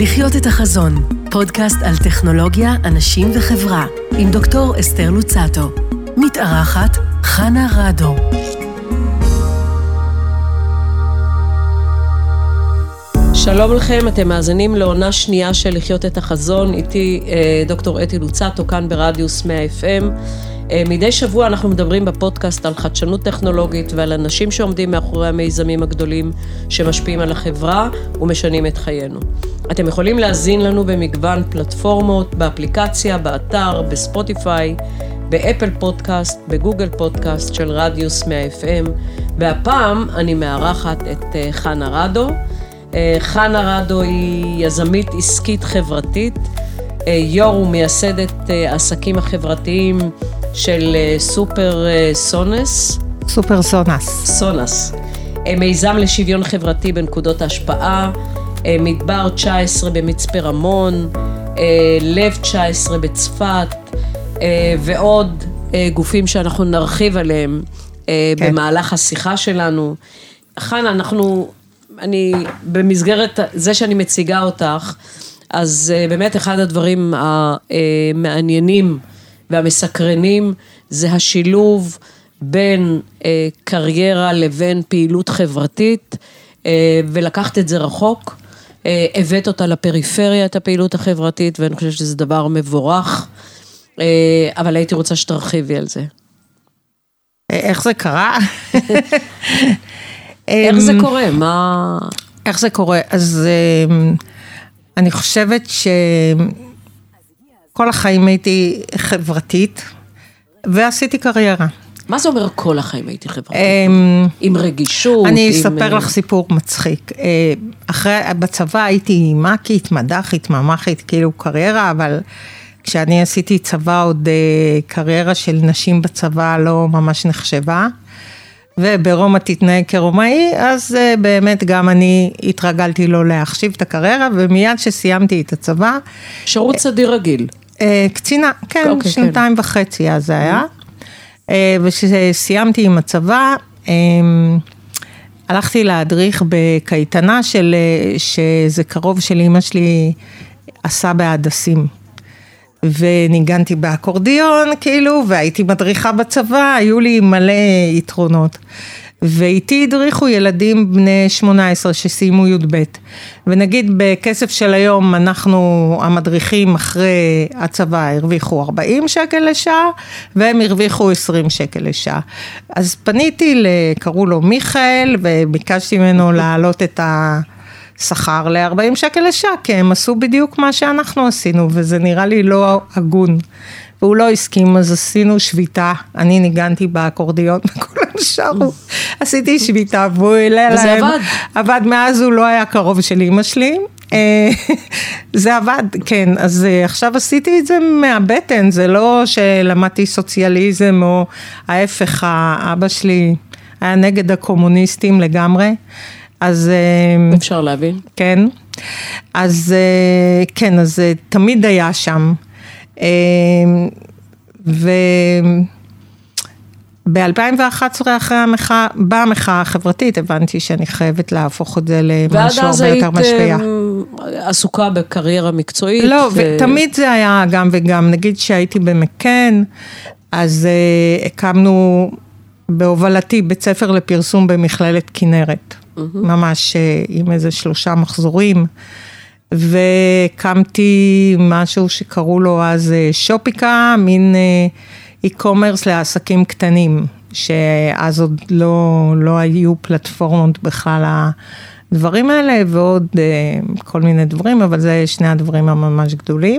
לחיות את החזון, פודקאסט על טכנולוגיה, אנשים וחברה, עם דוקטור אסתר לוצאטו. מתארחת חנה רדו. שלום לכם, אתם מאזינים לעונה שנייה של לחיות את החזון, איתי דוקטור אתי לוצאטו, כאן ברדיוס 100 FM. מדי שבוע אנחנו מדברים בפודקאסט על חדשנות טכנולוגית ועל אנשים שעומדים מאחורי המיזמים הגדולים שמשפיעים על החברה ומשנים את חיינו. אתם יכולים להזין לנו במגוון פלטפורמות, באפליקציה, באתר, בספוטיפיי, באפל פודקאסט, בגוגל פודקאסט של רדיוס 100 FM. והפעם אני מארחת את חנה רדו. חנה רדו היא יזמית עסקית חברתית, יו"ר ומייסדת העסקים החברתיים של סופר סונס. סופר סונס. סונס. מיזם לשוויון חברתי בנקודות ההשפעה, מדבר 19 במצפה רמון, לב 19 בצפת, ועוד גופים שאנחנו נרחיב עליהם במהלך השיחה שלנו. חנה, אני במסגרת זה שאני מציגה אותך, אז באמת אחד הדברים המעניינים והמסקרנים זה השילוב בין קריירה לבין פעילות חברתית, ולקחת את זה רחוק, הבאת אותה לפריפריה, את הפעילות החברתית, ואני חושבת שזה דבר מבורך, אבל הייתי רוצה שתרחיבי על זה. איך זה קרה? איך זה קורה? מה? איך זה קורה? אז אני חושבת שכל החיים הייתי חברתית, ועשיתי קריירה. מה זה אומר כל החיים הייתי חברתית? עם רגישות? אני אספר לך סיפור מצחיק. בצבא הייתי מקית, מדחית, ממחית, כאילו קריירה, אבל כשאני עשיתי צבא עוד קריירה של נשים בצבא לא ממש נחשבה. וברומא תתנהג כרומאי, אז באמת גם אני התרגלתי לא להחשיב את הקריירה, ומיד שסיימתי את הצבא. שירות סדיר רגיל. קצינה, כן, שנתיים וחצי אז זה היה. ושסיימתי עם הצבא, הלכתי להדריך בקייטנה שזה קרוב של אמא שלי עשה בהדסים. וניגנתי באקורדיון, כאילו, והייתי מדריכה בצבא, היו לי מלא יתרונות. ואיתי הדריכו ילדים בני 18 שסיימו י"ב. ונגיד בכסף של היום, אנחנו המדריכים אחרי הצבא הרוויחו 40 שקל לשעה, והם הרוויחו 20 שקל לשעה. אז פניתי, קראו לו מיכאל, וביקשתי ממנו להעלות את שכר ל-40 שקל לשעה, כי הם עשו בדיוק מה שאנחנו עשינו, וזה נראה לי לא הגון. והוא לא הסכים, אז עשינו שביתה, אני ניגנתי באקורדיון, וכולם שרו, עשיתי שביתה, והוא העלה להם. וזה עבד. עבד מאז, הוא לא היה קרוב של אמא שלי. זה עבד, כן, אז עכשיו עשיתי את זה מהבטן, זה לא שלמדתי סוציאליזם, או ההפך, האבא שלי היה נגד הקומוניסטים לגמרי, אז אפשר להבין. כן. אז כן, אז תמיד היה שם. וב-2011 אחרי המחאה, באה המחאה החברתית, הבנתי שאני חייבת להפוך את זה למשהו הרבה יותר משפיע. ועד אז היית עסוקה בקריירה מקצועית? לא, ותמיד זה היה גם וגם. נגיד שהייתי במקן, אז הקמנו בהובלתי בית ספר לפרסום במכללת כנרת. ממש עם איזה 3 מחזורים, וקמתי משהו שקראו לו אז שופיקה, מין e-commerce לעסקים קטנים, שאז עוד לא היו פלטפורמות בכלל הדברים האלה, ועוד כל מיני דברים, אבל זה שני הדברים הממש גדולים,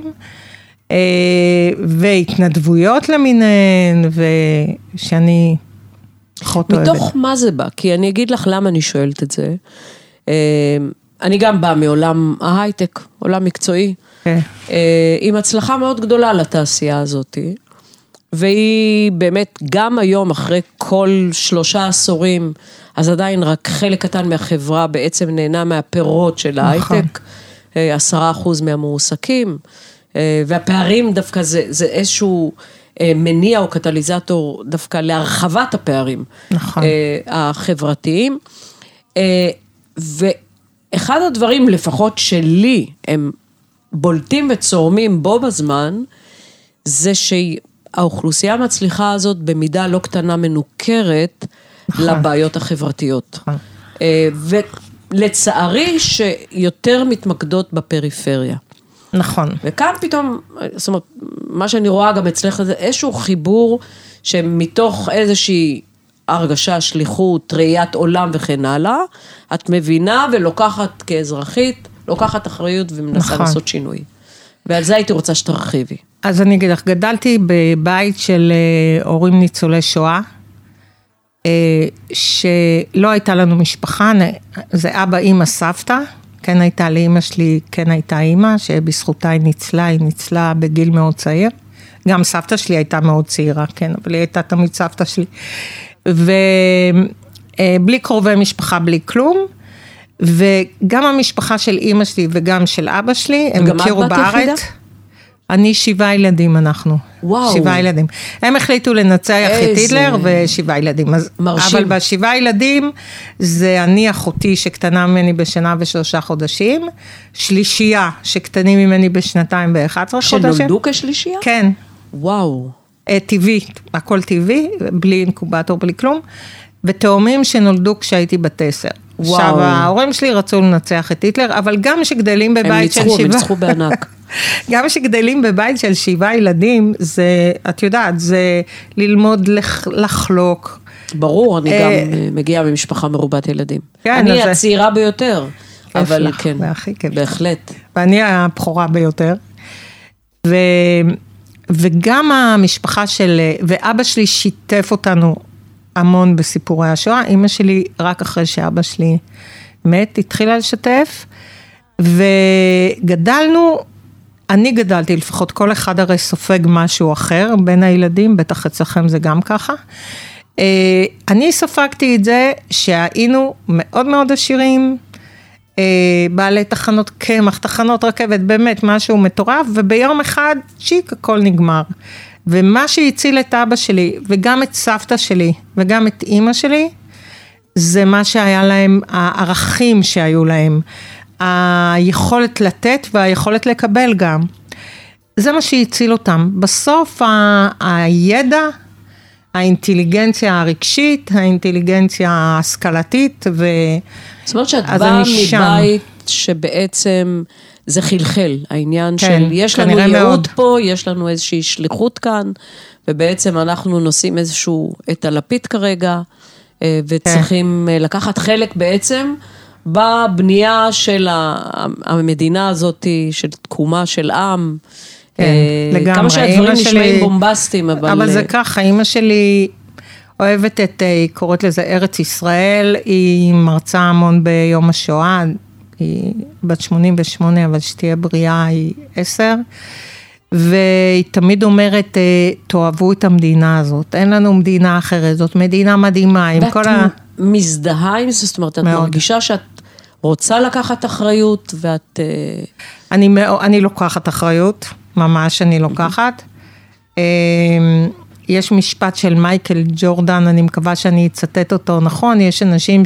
והתנדבויות למיניהן, ושאני מתוך מה זה בא? כי אני אגיד לך למה אני שואלת את זה. אני גם באה מעולם ההייטק, עולם מקצועי, עם הצלחה מאוד גדולה לתעשייה הזאת, והיא באמת גם היום אחרי כל 3 עשורים, אז עדיין רק חלק קטן מהחברה בעצם נהנה מהפירות של ההייטק, 10% מהמועסקים, והפערים דווקא זה איזשהו מניע או קטליזטור דווקא להרחבת הפערים החברתיים, אחד הדברים, לפחות שלי, הם בולטים וצורמים בו בזמן, זה שהאוכלוסייה המצליחה הזאת במידה לא קטנה מנוכרת לבעיות החברתיות. ולצערי שיותר מתמקדות בפריפריה. נכון. וכאן פתאום, זאת אומרת, מה שאני רואה גם אצלך זה איזשהו חיבור שמתוך איזושהי הרגשה, שליחות, ראיית עולם וכן הלאה, את מבינה ולוקחת כאזרחית, לוקחת אחריות ומנסה נכון. לעשות שינוי. ועל זה הייתי רוצה שתרחיבי. אז אני אגיד לך, גדלתי בבית של הורים ניצולי שואה, שלא הייתה לנו משפחה, זה אבא, אמא, סבתא, כן הייתה לאמא שלי, כן הייתה אמא, שבזכותה היא ניצלה בגיל מאוד צעיר, גם סבתא שלי הייתה מאוד צעירה, כן, אבל היא הייתה תמיד סבתא שלי, ובלי קרובי משפחה, בלי כלום, וגם המשפחה של אמא שלי וגם של אבא שלי, הם הכירו בארץ. אני 7 ילדים אנחנו. וואו. 7 ילדים. הם החליטו לנצח את היטלר ו7 ילדים. מרשים. אבל ב7 ילדים, זה אני אחותי שקטנה ממני בשנה ו3 חודשים, שלישייה שקטנים ממני בשנתיים ב11 חודשים. שנולדו כשלישייה? כן. וואו. טבעי, הכל טבעי, בלי אינקובטור, בלי כלום. ותאומים שנולדו כשהייתי בת 10. וואו. עכשיו, ההורים שלי רצו לנצח את היטלר, אבל גם שגדלים בבית של 7... הם ניצחו בענק. גם שגדלים בבית של 7 ילדים, זה, את יודעת, זה ללמוד לחלוק. ברור, אני גם מגיעה ממשפחה מרובת ילדים. כן, אני הצעירה ביותר, אבל לך, כן, בהחלט. ואני הבכורה ביותר. וגם המשפחה של, ואבא שלי שיתף אותנו המון בסיפורי השואה, אמא שלי רק אחרי שאבא שלי מת, התחילה לשתף, וגדלנו, אני גדלתי, לפחות כל אחד הרי סופג משהו אחר בין הילדים, בטח אצלכם זה גם ככה. אני ספגתי את זה שהיינו מאוד מאוד עשירים, בעלי תחנות קמח, תחנות רכבת, באמת משהו מטורף, וביום אחד צ'יק הכל נגמר. ומה שהציל את אבא שלי, וגם את סבתא שלי, וגם את אמא שלי, זה מה שהיה להם, הערכים שהיו להם, היכולת לתת והיכולת לקבל גם. זה מה שהציל אותם. בסוף הידע, האינטליגנציה הרגשית, האינטליגנציה ההשכלתית, זאת אומרת שאת באה מבית שבעצם זה חלחל, העניין כן, של יש לנו ייעוד מאוד. פה, יש לנו איזושהי שליחות כאן, ובעצם אנחנו נושאים איזשהו את הלפיד כרגע, וצריכים לקחת חלק בעצם בבנייה של המדינה הזאת, של תקומה של עם, כמה שהדברים נשמעים בומבסטיים, אבל זה ככה, אמא שלי אוהבת היא קוראת לזה ארץ ישראל, היא מרצה המון ביום השואה, היא בת 88, אבל שתהיה בריאה היא 10, והיא תמיד אומרת, תאהבו את המדינה הזאת, אין לנו מדינה אחרת, זאת מדינה מדהימה, עם כל מזדהה עם זה, זאת אומרת, את מרגישה שאת רוצה לקחת אחריות, ואת... אני לוקחת אחריות, ממש אני לוקחת. יש משפט של מייקל ג'ורדן, אני מקווה שאני אצטט אותו נכון, יש אנשים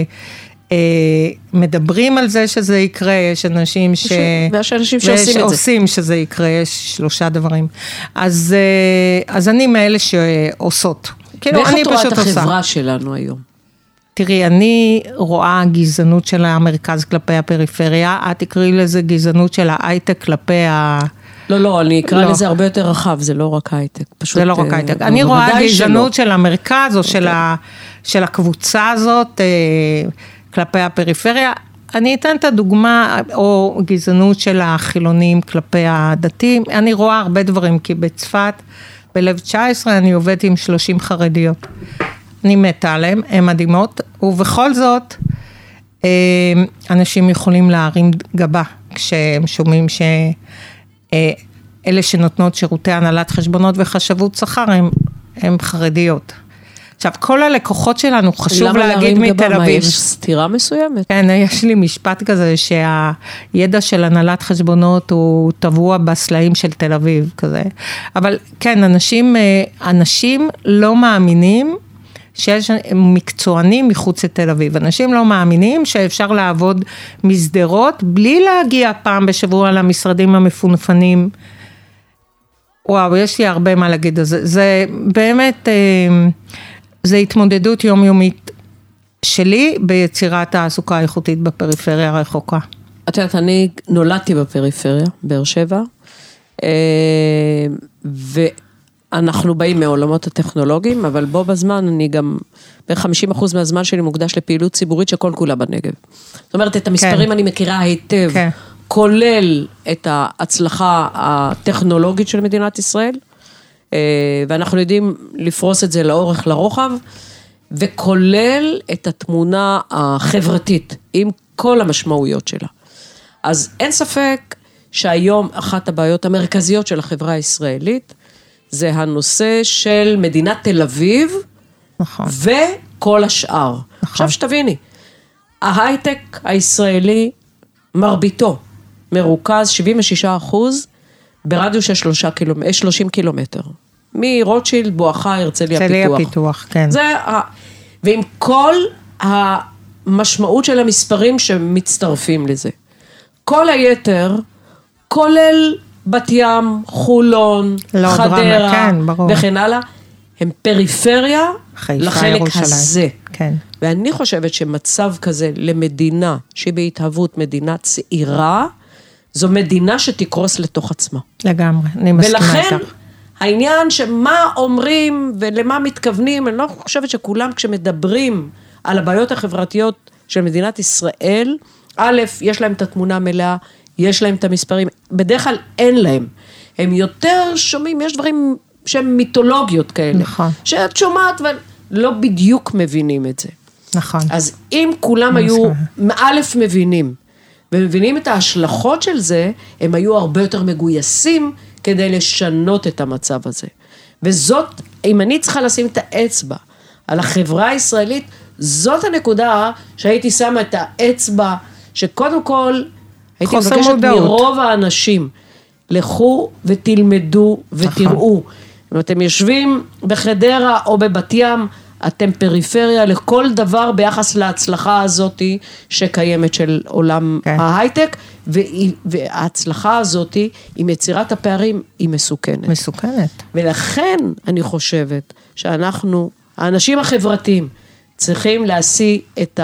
שמדברים על זה שזה יקרה, יש אנשים ויש אנשים שעושים את זה. שעושים שזה יקרה, יש 3 דברים. אז אני מאלה שעושות. ואיך את רואה את החברה שלנו היום? תראי, אני רואה גזענות של המרכז כלפי הפריפריה, את תקראי לזה גזענות של ההייטק כלפי לא, אני אקרא לזה הרבה יותר רחב, זה לא רק הייטק. זה לא רק הייטק. אני רואה גזענות של המרכז, או של הקבוצה הזאת, כלפי הפריפריה. אני אתן את הדוגמה, או גזענות של החילונים כלפי הדתיים. אני רואה הרבה דברים, כי בצפת, בלב 19, אני עובדת עם 30 חרדיות. אני מתה עליהם, הן מדהימות, ובכל זאת, אנשים יכולים להרים גבה, כשהם שומעים אלה שנותנות שירותי הנהלת חשבונות וחשבות שכר, הם חרדיות. עכשיו, כל הלקוחות שלנו, חשוב להגיד מתל אביב. יש סתירה מסוימת? כן, יש לי משפט כזה, שהידע של הנהלת חשבונות הוא טבוע בסלעים של תל אביב, כזה. אבל כן, אנשים לא מאמינים שיש מקצוענים מחוץ לתל אביב. אנשים לא מאמינים שאפשר לעבוד מסדרות, בלי להגיע פעם בשבוע למשרדים המפונפנים. וואו, יש לי הרבה מה להגיד על זה. זה באמת, זה התמודדות יומיומית שלי ביצירת תעסוקה איכותית בפריפריה הרחוקה. את יודעת, אני נולדתי בפריפריה, באר שבע, ואנחנו באים מעולמות הטכנולוגיים, אבל בו בזמן אני גם, בערך 50% מהזמן שלי מוקדש לפעילות ציבורית שכל כולה בנגב. זאת אומרת, את המספרים אני מכירה היטב, כולל את ההצלחה הטכנולוגית של מדינת ישראל, ואנחנו יודעים לפרוס את זה לאורך לרוחב, וכולל את התמונה החברתית, עם כל המשמעויות שלה. אז אין ספק שהיום אחת הבעיות המרכזיות של החברה הישראלית, זה הנושא של מדינת תל אביב, נכון. וכל השאר. נכון. עכשיו שתביני, ההייטק הישראלי מרביתו, מרוכז 76% ברדיוס של 30 קילומטר. מרוטשילד, בואכה, הרצליה פיתוח. הרצליה פיתוח, כן. ועם כל המשמעות של המספרים שמצטרפים לזה. כל היתר, כולל בת ים, חולון, חדרה, כן, וכן הלאה, הם פריפריה לחלק הזה. כן. ואני חושבת שמצב כזה למדינה, שהיא בהתהוות מדינה צעירה, זו מדינה שתקרוס לתוך עצמה. לגמרי, אני מסכימה איתך. ולכן, העניין שמה אומרים ולמה מתכוונים, אני לא חושבת שכולם כשמדברים על הבעיות החברתיות של מדינת ישראל, א', יש להם את התמונה המלאה, יש להם את המספרים, בדרך כלל אין להם. הם יותר שומעים, יש דברים שהם מיתולוגיות כאלה. נכון. שאת שומעת ולא בדיוק מבינים את זה. נכון. אז אם כולם היו מאלף מבינים, ומבינים את ההשלכות של זה, הם היו הרבה יותר מגויסים כדי לשנות את המצב הזה. וזאת, אם אני צריכה לשים את האצבע על החברה הישראלית, זאת הנקודה שהייתי שמה את האצבע, שקודם כל הייתי מבקשת מרוב האנשים, לכו ותלמדו ותראו. אם אתם יושבים בחדרה או בבת ים, אתם פריפריה לכל דבר ביחס להצלחה הזאת שקיימת של עולם ההייטק, וההצלחה הזאת עם יצירת הפערים היא מסוכנת. מסוכנת. ולכן אני חושבת שאנחנו, האנשים החברתיים, צריכים להשיא את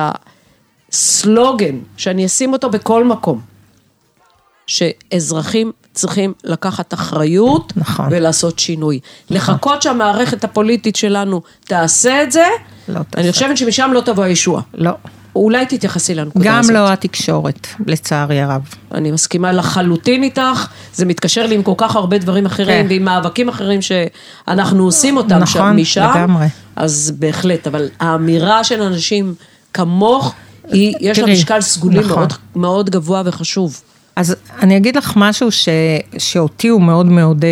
הסלוגן, שאני אשים אותו בכל מקום, שאזרחים צריכים לקחת אחריות, נכון. ולעשות שינוי. נכון. לחכות שהמערכת הפוליטית שלנו תעשה את זה, לא אני חושבת שמשם לא תבוא הישועה. לא. אולי תתייחסי לנקודה גם הזאת. לא התקשורת, לצערי הרב. אני מסכימה לחלוטין איתך, זה מתקשר לי עם כל כך הרבה דברים אחרים, ועם מאבקים אחרים שאנחנו עושים אותם נכון, משם. לגמרי. אז בהחלט, אבל האמירה של אנשים כמוך, יש לה משקל סגולי מאוד, מאוד גבוה וחשוב. אז אני אגיד לך משהו שאותי הוא מאוד מעודד.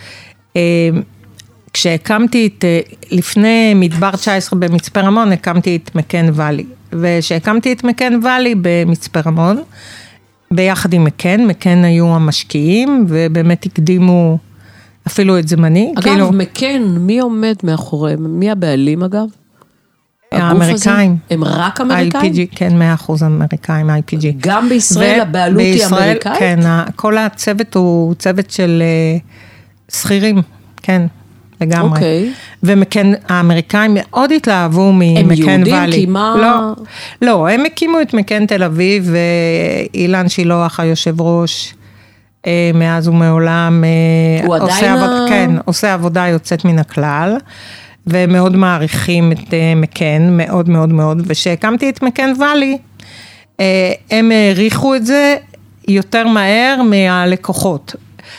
כשהקמתי לפני מדבר 19 במצפה רמון, הקמתי את מקן ואלי. וכשהקמתי את מקן ואלי במצפה רמון, ביחד עם מקן היו המשקיעים, ובאמת הקדימו אפילו את זמני. אגב, מקן, מי עומד מאחוריהם? מי הבעלים אגב? האמריקאים. הם רק אמריקאים? IPG, כן, 100% אמריקאים, IPG. גם בישראל הבעלות היא אמריקאית? כן, כל הצוות הוא צוות של שכירים, כן, לגמרי. אוקיי. ומכן, האמריקאים מאוד התלהבו ממקן ואלי. הם יהודים? כי מה? לא, הם הקימו את מקן תל אביב, ואילן שילוח, היושב ראש, מאז ומעולם, הוא עדיין עושה עבודה יוצאת מן הכלל, ומאוד מעריכים את מקן, מאוד מאוד מאוד, ושהקמתי את מקן ואלי, הם העריכו את זה יותר מהר מהלקוחות.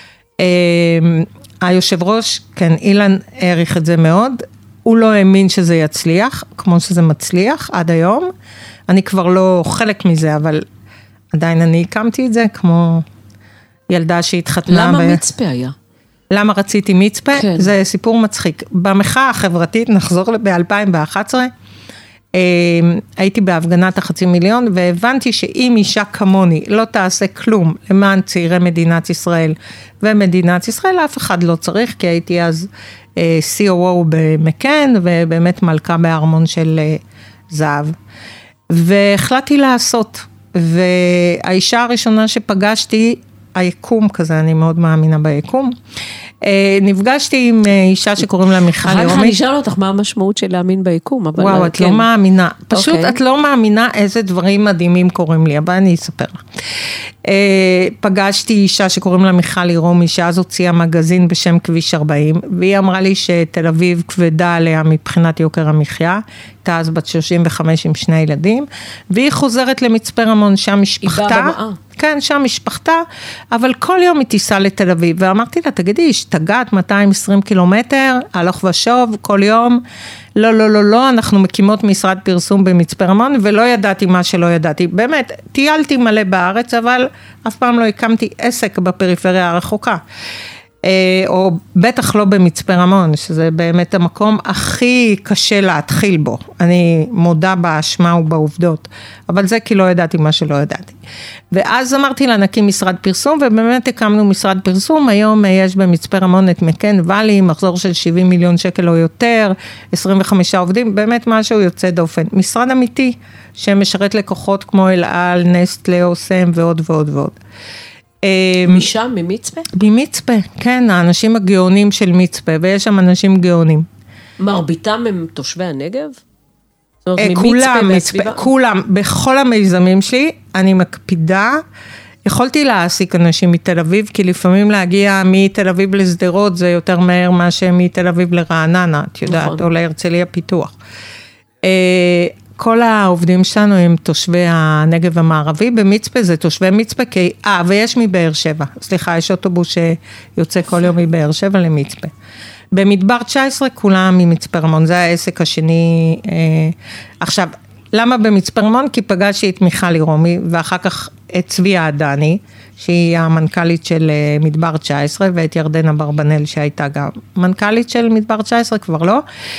היושב ראש, כן, אילן העריך את זה מאוד, הוא לא האמין שזה יצליח, כמו שזה מצליח עד היום, אני כבר לא חלק מזה, אבל עדיין אני הקמתי את זה, כמו ילדה שהתחתנה. למה מצפה היה? למה רציתי מצפה? כן. זה סיפור מצחיק. במחאה החברתית, נחזור ב-2011, הייתי בהפגנת ה500,000, והבנתי שאם אישה כמוני לא תעשה כלום למען צעירי מדינת ישראל, ומדינת ישראל אף אחד לא צריך, כי הייתי אז COO במקן, ובאמת מלכה בארמון של זהב. והחלטתי לעשות, והאישה הראשונה שפגשתי, היקום כזה, אני מאוד מאמינה ביקום, נפגשתי עם אישה שקוראים לה מיכל ירומי. אחר כך אני אשאל אותך מה המשמעות של להאמין ביקום, אבל וואו, את לא מאמינה, פשוט את לא מאמינה איזה דברים מדהימים קוראים לי, אבל אני אספר לך. פגשתי אישה שקוראים לה מיכל ירומי, שאז הוציאה מגזין בשם כביש 40, והיא אמרה לי שתל אביב כבדה עליה מבחינת יוקר המחיה, הייתה אז בת 35 עם 2 ילדים, והיא חוזרת למצפה רמון, שם משפחתה, כן, שם משפחתה, אבל כל יום היא תיסע לתל אביב, ואמרתי לה, תגידי, השתגעת 220 קילומטר, הלוך ושוב, כל יום, לא, אנחנו מקימות משרד פרסום במצפה רמון, ולא ידעתי מה שלא ידעתי, באמת, טיילתי מלא בארץ, אבל אף פעם לא הקמתי עסק בפריפריה הרחוקה, או בטח לא במצפה רמון, שזה באמת המקום הכי קשה להתחיל בו, אני מודה באשמה ובעובדות, אבל זה כי לא ידעתי מה שלא ידעתי. ואז אמרתי לה, נקים משרד פרסום, ובאמת הקמנו משרד פרסום, היום יש במצפה רמון את מקן ואלי, מחזור של 70 מיליון שקל או יותר, 25 עובדים, באמת משהו יוצא דופן. משרד אמיתי, שמשרת לקוחות כמו אלעל, נסטלה, אוסם ועוד ועוד ועוד. משם, ממצפה? ממצפה, כן, האנשים הגאונים של מצפה, ויש שם אנשים גאונים. מרביתם הם תושבי הנגב? כולם, בכל המיזמים שלי, אני מקפידה, יכולתי להעסיק אנשים מתל אביב, כי לפעמים להגיע מתל אביב לסדרות, זה יותר מהר מאשר מתל אביב לרעננה, את יודעת, או להרצליה פיתוח. כל העובדים שלנו הם תושבי הנגב המערבי, במצפה זה תושבי מצפה, ויש מבאר שבע, סליחה, יש אוטובוס שיוצא כל יום מבאר שבע למצפה. במדבר 19 כולם ממצפה רמון, זה העסק השני. עכשיו, למה במצפה רמון? כי פגשתי את מיכל ירומי, ואחר כך את צבי עדני, שהיא המנכ"לית של מדבר 19, ואת ירדנה ברבנל שהייתה גם מנכ"לית של מדבר 19, כבר לא,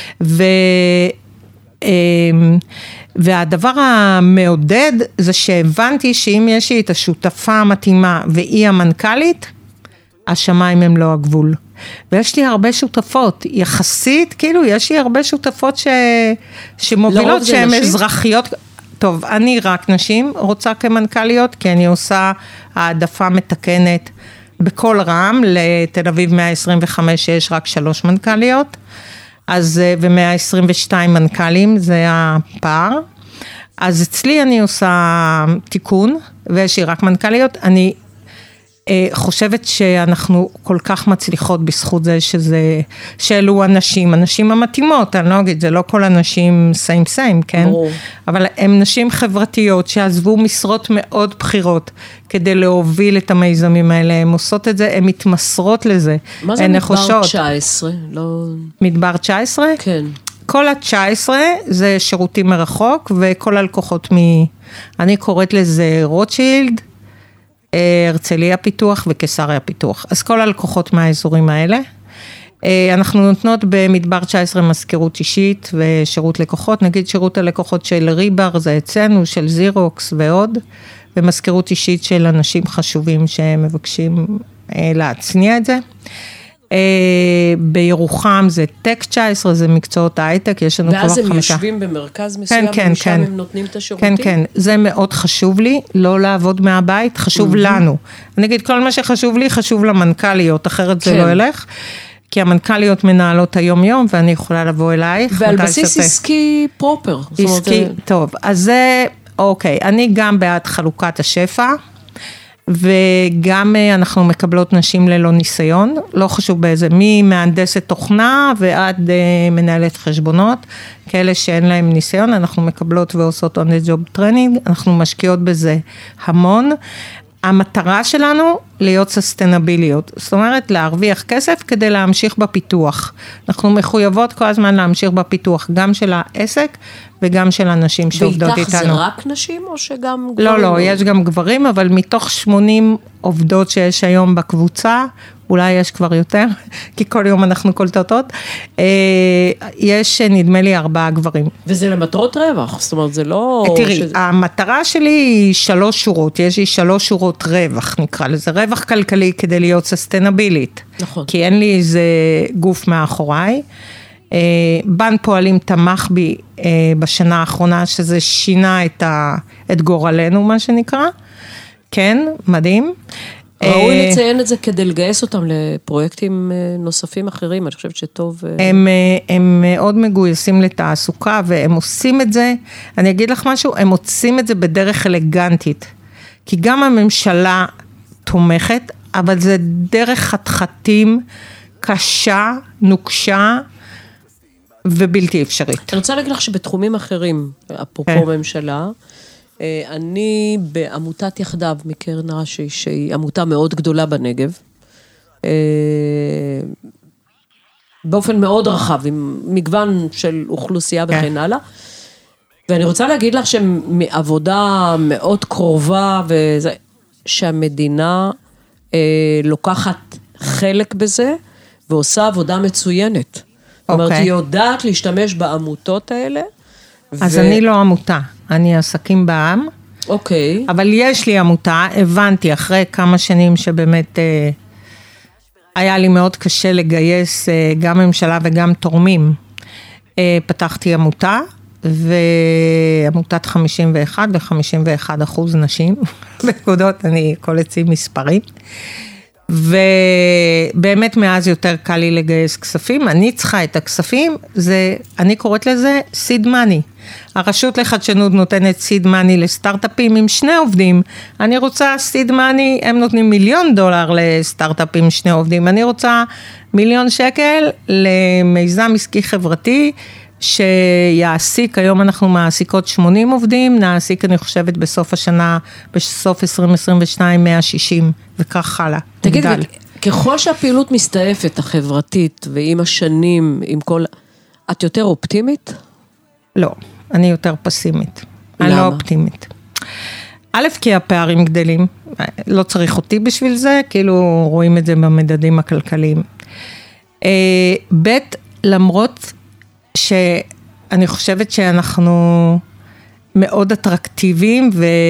והדבר המעודד זה שהבנתי שאם יש לי את השותפה המתאימה והיא המנכ"לית, השמיים הם לא הגבול. ויש לי הרבה שותפות, יחסית, כאילו יש לי הרבה שותפות שמובילות שהן אזרחיות, טוב, אני רק נשים רוצה כמנכ"ליות, כי אני עושה העדפה מתקנת בכל רם, לתל אביב 125 יש רק 3 מנכ"ליות, אז ו122 מנכ"לים, זה הפער. אז אצלי אני עושה תיקון, ויש לי רק מנכ"ליות, אני חושבת שאנחנו כל כך מצליחות בזכות זה שאלו הנשים המתאימות, אני לא אגיד, זה לא כל הנשים סיים, כן? אבל הן נשים חברתיות שעזבו משרות מאוד בחירות, כדי להוביל את המיזמים האלה, הן עושות את זה, הן מתמסרות לזה. מה זה מדבר 19? מדבר 19? כן. כל ה-19 זה שירותים מרחוק, וכל הלקוחות אני קוראת לזה רוטשילד, הרצליה פיתוח וקיסריה פיתוח. אז כל הלקוחות מהאזורים האלה. אנחנו נותנות במדבר 19 מזכירות אישית ושירות לקוחות, נגיד שירות הלקוחות של ריבר, זה אצלנו, של זירוקס ועוד, ומזכירות אישית של אנשים חשובים שמבקשים להצניע את זה. בירוחם זה טק 19, זה מקצועות ההייטק, יש לנו כבר 5. ואז הם יושבים במרכז מסוים, ומשם הם נותנים את השירותים? כן, זה מאוד חשוב לי, לא לעבוד מהבית, חשוב לנו. אני אגיד, כל מה שחשוב לי, חשוב למנכ"ליות, אחרת זה לא ילך, כי המנכ"ליות מנהלות היום-יום, ואני יכולה לבוא אלייך. ועל בסיס עסקי פרופר. עסקי, טוב, אז זה, אוקיי, אני גם בעד חלוקת השפע, וגם אנחנו מקבלות נשים ללא ניסיון, לא חשוב באיזה, ממהנדסת תוכנה ועד מנהלת חשבונות, כאלה שאין להם ניסיון, אנחנו מקבלות ועושות on the job training, אנחנו משקיעות בזה המון. המטרה שלנו להיות ססטנביליות, זאת אומרת להרוויח כסף כדי להמשיך בפיתוח. אנחנו מחויבות כל הזמן להמשיך בפיתוח, גם של העסק וגם של הנשים שעובדות איתנו. ואיתך זה רק נשים או שגם גברים? לא, יש גם גברים, אבל מתוך 80 עובדות שיש היום בקבוצה, אולי יש כבר יותר, כי כל יום אנחנו קולטות עוד, יש נדמה לי 4 גברים. וזה למטרות רווח, זאת אומרת זה לא... תראי, המטרה שלי היא 3 שורות, יש לי 3 שורות רווח, נקרא לזה, רווח כלכלי כדי להיות ססטנבילית. נכון. כי אין לי איזה גוף מאחוריי. בנק פועלים תמך בי בשנה האחרונה, שזה שינה את גורלנו, מה שנקרא. כן, מדהים. ראוי לציין את זה כדי לגייס אותם לפרויקטים נוספים אחרים, אני חושבת שטוב... הם מאוד מגויסים לתעסוקה, והם עושים את זה, אני אגיד לך משהו, הם עושים את זה בדרך אלגנטית, כי גם הממשלה תומכת, אבל זה דרך חתחתים קשה, נוקשה, ובלתי אפשרית. אני רוצה להגיד לך שבתחומים אחרים, אפרופו ממשלה, אני בעמותת יחדיו מקרן רש"י, שהיא עמותה מאוד גדולה בנגב, באופן מאוד רחב, עם מגוון של אוכלוסייה וכן הלאה, ואני רוצה להגיד לך שמעבודה מאוד קרובה, שהמדינה לוקחת חלק בזה, ועושה עבודה מצוינת. זאת אומרת, היא יודעת להשתמש בעמותות האלה. אז אני לא עמותה, אני עסקים בעם. אוקיי. אבל יש לי עמותה, הבנתי, אחרי כמה שנים שבאמת היה לי מאוד קשה לגייס גם ממשלה וגם תורמים. פתחתי עמותה, ועמותת 51 ו-51% נשים, בנקודות, אני קולצי מספרים. ובאמת מאז יותר קל לי לגייס כספים, אני צריכה את הכספים, אני קוראת לזה seed money. הרשות לחדשנות נותנת seed money לסטארט-אפים עם 2 עובדים, אני רוצה seed money, הם נותנים $1,000,000 לסטארט-אפים עם 2 עובדים, אני רוצה $1,000,000 למיזם עסקי חברתי, שיעסיק, היום אנחנו מעסיקות 80 עובדים, נעסיק אני חושבת בסוף השנה, בסוף 2022, 160 וכך הלאה. תגיד, ככל שהפעילות מסתעפת החברתית, ועם השנים, עם כל... את יותר אופטימית? לא, אני יותר פסימית. למה? אני לא אופטימית. א', כי הפערים גדלים, לא צריך אותי בשביל זה, כאילו רואים את זה במדדים הכלכליים. ב', למרות שאני חושבת שאנחנו מאוד אטרקטיביים,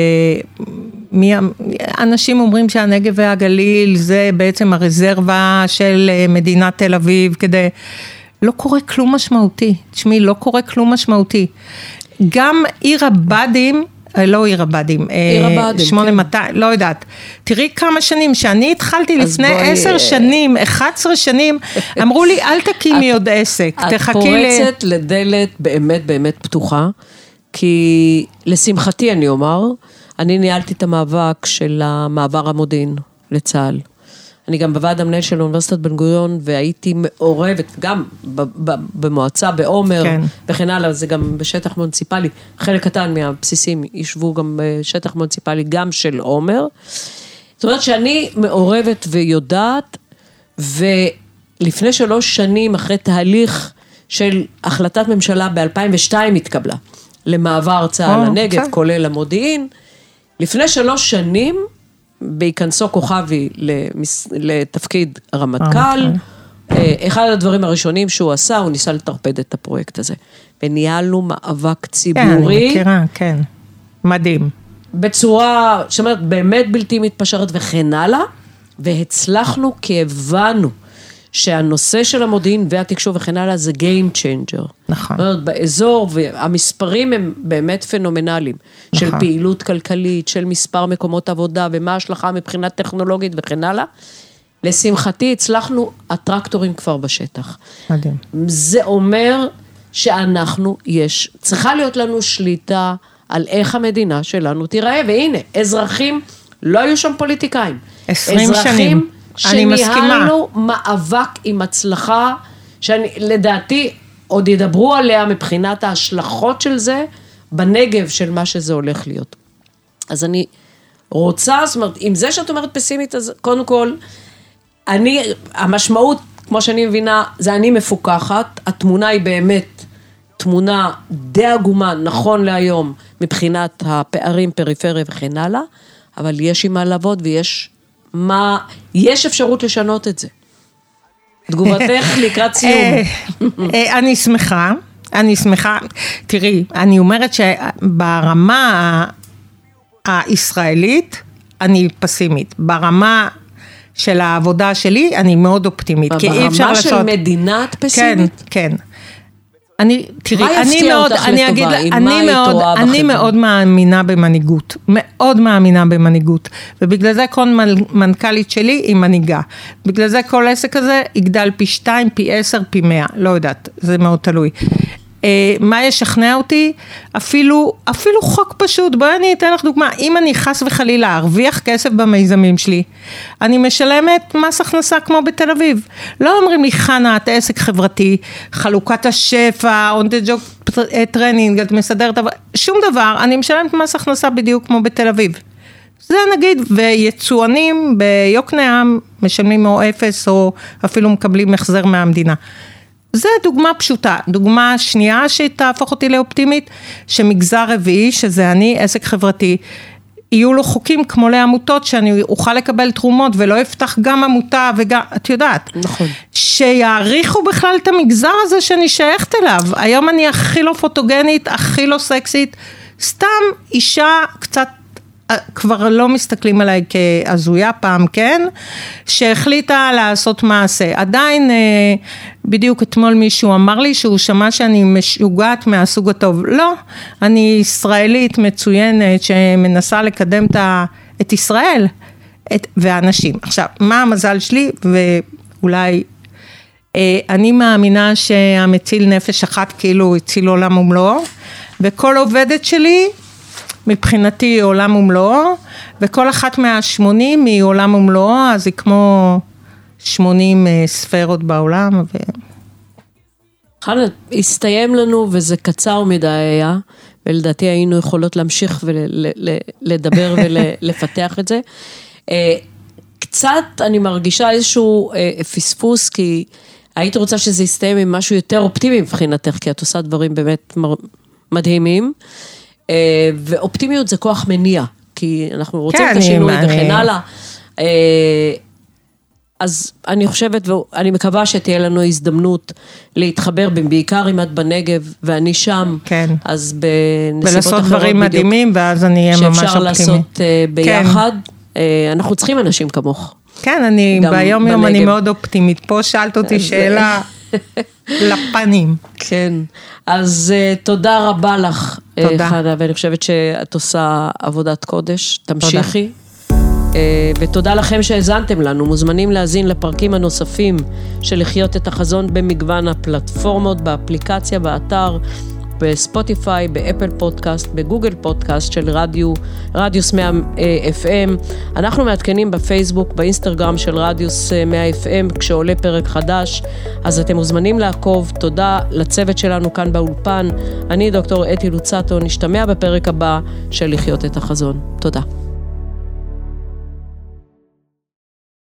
ואנשים אומרים שהנגב והגליל זה בעצם הרזרבה של מדינת תל אביב, לא קורה כלום משמעותי, תשמעי, לא קורה כלום משמעותי. גם עיר הבדים, לא עיר הבדים, 8200, לא יודעת. תראי כמה שנים, שאני התחלתי לפני 10 שנים, 11 שנים, אמרו לי, אל תקימי עוד עסק, תחכי את פורצת לדלת באמת באמת פתוחה, כי לשמחתי אני אומר, אני ניהלתי את המאבק של המעבר המודיעין לצה"ל. אני גם בוועד המנהל של אוניברסיטת בן גוריון, והייתי מעורבת גם במועצה, בעומר, כן. וכן הלאה, זה גם בשטח מוניציפלי, חלק קטן מהבסיסים ישבו גם בשטח מוניציפלי, גם של עומר. זאת אומרת שאני מעורבת ויודעת, ולפני 3 שנים, אחרי תהליך של החלטת ממשלה ב-2002 התקבלה, למעבר צה"ל לנגב, כולל המודיעין, לפני 3 שנים, בהיכנסו כוכבי לתפקיד רמטכ"ל, אחד הדברים הראשונים שהוא עשה, הוא ניסה לטרפד את הפרויקט הזה, וניהלנו מאבק ציבורי. כן, אני מכירה, כן, מדהים. בצורה, שאומרת, באמת בלתי מתפשרת וכן הלאה, והצלחנו כי הבנו שהנושא של המודיעין והתקשוב וכן הלאה זה game changer. נכון. זאת אומרת, באזור, והמספרים הם באמת פנומנליים, נכון. של פעילות כלכלית, של מספר מקומות עבודה, ומה ההשלכה מבחינת טכנולוגית וכן הלאה. לשמחתי, הצלחנו הטרקטורים כבר בשטח. מדהים. זה אומר שאנחנו, צריכה להיות לנו שליטה על איך המדינה שלנו תיראה, והנה, אזרחים, לא היו שם פוליטיקאים. 20 שנים. שניהלנו מאבק עם הצלחה, שלדעתי עוד ידברו עליה מבחינת ההשלכות של זה, בנגב של מה שזה הולך להיות. אז אני רוצה, זאת אומרת, עם זה שאת אומרת פסימית, אז קודם כל, המשמעות, כמו שאני מבינה, זה אני מפוקחת, התמונה היא באמת תמונה די עגומה, נכון להיום, מבחינת הפערים, פריפריה וכן הלאה, אבל יש עם מה לעבוד יש אפשרות לשנות את זה. תגובתך לקראת סיום. אני שמחה, תראי, אני אומרת שברמה הישראלית, אני פסימית, ברמה של העבודה שלי, אני מאוד אופטימית. ברמה של מדינה את פסימית? כן. מה יפתיע אותך לטובה? אני מאוד מאמינה במנהיגות, מאוד מאמינה במנהיגות, ובגלל זה כל מנכ"לית שלי היא מנהיגה, בגלל זה כל עסק הזה יגדל פי 2, פי 10, פי 100, לא יודעת, זה מאוד תלוי. מה ישכנע אותי? אפילו חוק פשוט, בואי אני אתן לך דוגמה, אם אני חס וחלילה ארוויח כסף במיזמים שלי, אני משלמת מס הכנסה כמו בתל אביב, לא אומרים לי חנה, את עסק חברתי, חלוקת השפע, on the job training, את מסדרת, שום דבר, אני משלמת מס הכנסה בדיוק כמו בתל אביב, זה נגיד, ויצואנים ביוקנעם משלמים או אפס, או אפילו מקבלים החזר מהמדינה, זה דוגמה פשוטה. דוגמה שנייה שתהפוך אותי לאופטימית, שמגזר רביעי, שזה אני, עסק חברתי, יהיו לו חוקים כמו לעמותות, שאני אוכל לקבל תרומות, ולא אפתח גם עמותה, וגם, את יודעת, נכון. שיעריכו בכלל את המגזר הזה שאני שייכת אליו. היום אני הכי לא פוטוגנית, הכי לא סקסית, סתם אישה קצת, כבר לא מסתכלים עליי כעזויה פעם, כן? שהחליטה לעשות מעשה. עדיין, בדיוק אתמול מישהו אמר לי שהוא שמע שאני משוגעת מהסוג הטוב. לא, אני ישראלית מצוינת שמנסה לקדם את ישראל והאנשים. עכשיו, מה המזל שלי? ואולי אני מאמינה שהמציל נפש אחת כאילו הציל עולם ומלואו, וכל עובדת שלי מבחינתי עולם ומלואו, וכל אחת 180 היא עולם ומלואו, אז היא כמו 80 ספרות בעולם. חנה, הסתיים לנו וזה קצר מדי היה, ולדעתי היינו יכולות להמשיך ולדבר ולפתח את זה. קצת אני מרגישה איזשהו פספוס, כי הייתי רוצה שזה יסתיים עם משהו יותר אופטימי מבחינתך, כי את עושה דברים באמת מדהימים, ואופטימיות זה כוח מניע, כי אנחנו רוצים את השינוי וכן הלאה. אז אני חושבת, ואני מקווה שתהיה לנו הזדמנות להתחבר, בעיקר אם את בנגב ואני שם, אז בנסיבות אחרות ולעשות דברים מדהימים, ואז אני אהיה ממש אופטימי. שאפשר לעשות ביחד, אנחנו צריכים אנשים כמוך. כן, אני ביום יום אני מאוד אופטימית, פה שאלת אותי שאלה לפנים. כן, אז תודה רבה לך, חנה, ואני חושבת שאת עושה עבודת קודש, תמשיכי. ותודה לכם שהזנתם לנו, מוזמנים להזין לפרקים הנוספים של לחיות את החזון במגוון הפלטפורמות, באפליקציה, באתר, בספוטיפיי, באפל פודקאסט, בגוגל פודקאסט של רדיוס 100 FM. אנחנו מעדכנים בפייסבוק, באינסטגרם של רדיוס 100 FM, כשעולה פרק חדש, אז אתם מוזמנים לעקוב. תודה לצוות שלנו כאן באולפן. אני דוקטור אתי לוצאטו, נשתמע בפרק הבא של לחיות את החזון. תודה.